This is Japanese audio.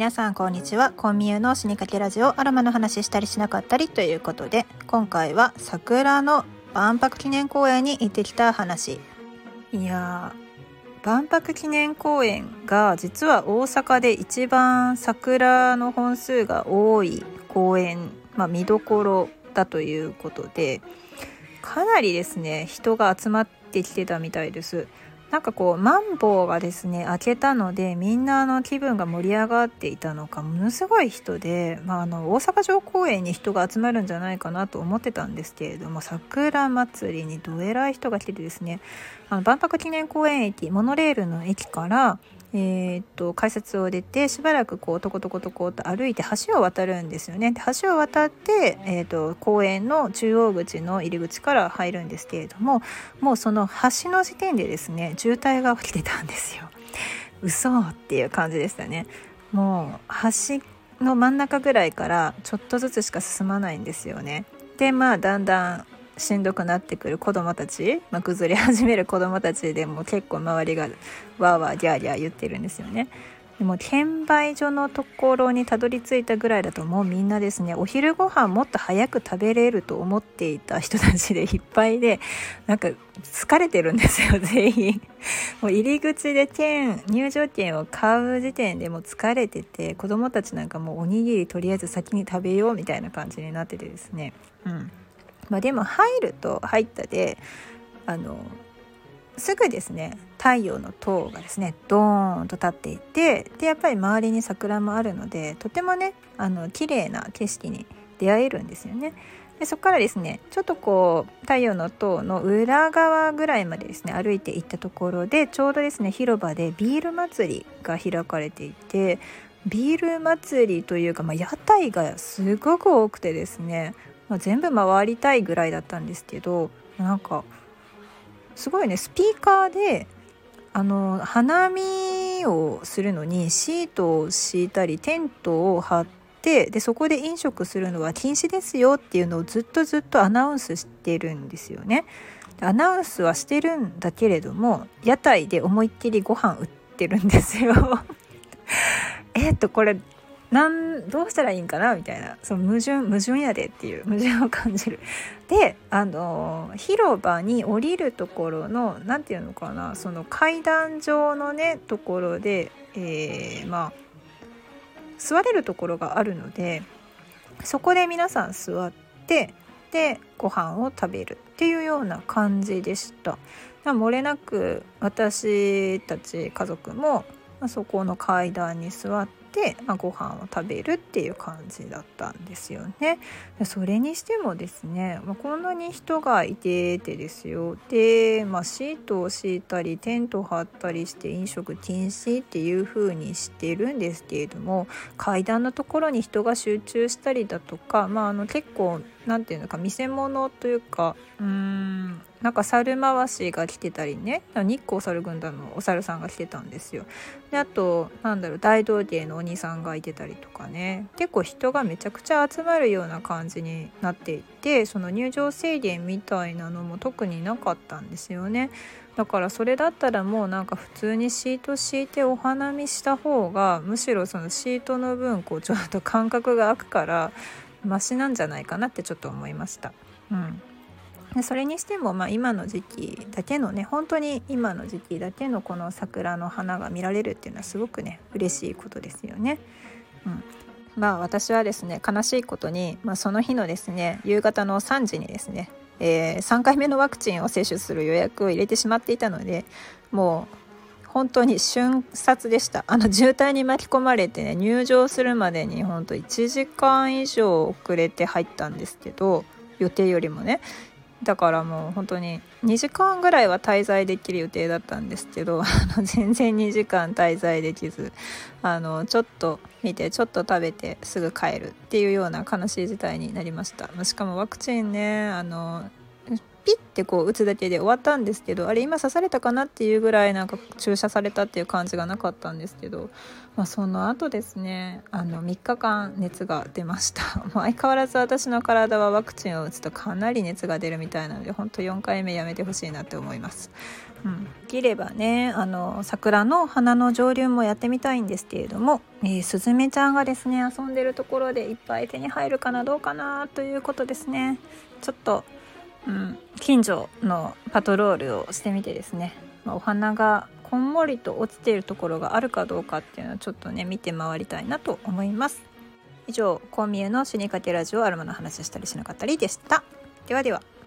皆さんこんにちは。コンミュの死にかけラジオ、アロマの話したりしなかったりということで、今回は桜の万博記念公園に行ってきた話。いや万博記念公園が実は大阪で一番桜の本数が多い公園、見どころだということで、かなりですね人が集まってきてたみたいです。なんかマンボウがですね開けたので、みんな気分が盛り上がっていたのか、ものすごい人で、大阪城公園に人が集まるんじゃないかなと思ってたんですけれども、桜祭りにどえらい人が来ててですね、万博記念公園駅、モノレールの駅から改札を出てしばらくトコトコと歩いて橋を渡るんですよね。で橋を渡って、公園の中央口の入り口から入るんですけれども、もうその橋の時点でですね渋滞が起きてたんですよ。嘘っていう感じでしたね。もう橋の真ん中ぐらいからちょっとずつしか進まないんですよね。でだんだんしんどくなってくる子どもたち、崩れ始める子どもたちでも結構周りがわーわーギャーギャー言ってるんですよね。でも券売所のところにたどり着いたぐらいだと、もうみんなですねお昼ご飯もっと早く食べれると思っていた人たちでいっぱいで、なんか疲れてるんですよ全員。もう入り口で入場券を買う時点でもう疲れてて、子どもたちなんかもうおにぎりとりあえず先に食べようみたいな感じになっててですね、でも入ったですぐですね太陽の塔がですねドーンと立っていて、でやっぱり周りに桜もあるので、とてもね綺麗な景色に出会えるんですよね。でそこからですねちょっと太陽の塔の裏側ぐらいまでですね歩いていったところで、ちょうどですね広場でビール祭りが開かれていて、ビール祭りというか、屋台がすごく多くてですね、全部回りたいぐらいだったんですけど、なんかすごいねスピーカーで花見をするのにシートを敷いたりテントを張って、でそこで飲食するのは禁止ですよっていうのをずっとアナウンスしてるんですよね。アナウンスはしてるんだけれども、屋台で思いっきりご飯売ってるんですよこれどうしたらいいんかなみたいな、その矛盾やでっていう矛盾を感じる。で広場に降りるところのなんていうのかな、その階段状のねところで、座れるところがあるので、そこで皆さん座ってでご飯を食べるっていうような感じでした。漏れなく私たち家族もそこの階段に座ってご飯を食べるっていう感じだったんですよね。それにしてもですね、こんなに人がいてですよ。で、シートを敷いたりテントを張ったりして飲食禁止っていう風にしてるんですけれども、階段のところに人が集中したりだとか、結構なんていうのか見せ物というか、なんか猿回しが来てたりね、日光猿軍団のお猿さんが来てたんですよ。であと大道芸のお兄さんがいてたりとかね、結構人がめちゃくちゃ集まるような感じになっていて、その入場制限みたいなのも特になかったんですよね。だからそれだったらもうなんか普通にシート敷いてお花見した方が、むしろそのシートの分ちょっと間隔が空くからマシなんじゃないかなってちょっと思いました。でそれにしても今の時期だけのね、本当に今の時期だけのこの桜の花が見られるっていうのはすごくね嬉しいことですよね。私はですね悲しいことに、その日のですね夕方の3時にですね、3回目のワクチンを接種する予約を入れてしまっていたので、もう本当に瞬殺でした。渋滞に巻き込まれてね、入場するまでに本当1時間以上遅れて入ったんですけど、予定よりもね。だからもう本当に2時間ぐらいは滞在できる予定だったんですけど全然2時間滞在できず、ちょっと見てちょっと食べてすぐ帰るっていうような悲しい事態になりました。しかもワクチンねピッて打つだけで終わったんですけど、あれ今刺されたかなっていうぐらいなんか注射されたっていう感じがなかったんですけど、その後ですね3日間熱が出ました相変わらず私の体はワクチンを打つとかなり熱が出るみたいなので、本当4回目やめてほしいなって思います。 できればね桜の花の上流もやってみたいんですけれども、スズメちゃんがですね遊んでるところでいっぱい手に入るかなどうかなということですね。ちょっと、近所のパトロールをしてみてですね、お花がこんもりと落ちているところがあるかどうかっていうのをちょっとね見て回りたいなと思います。以上、コンミエの死にかけラジオアロマの話したりしなかったりでした。ではでは。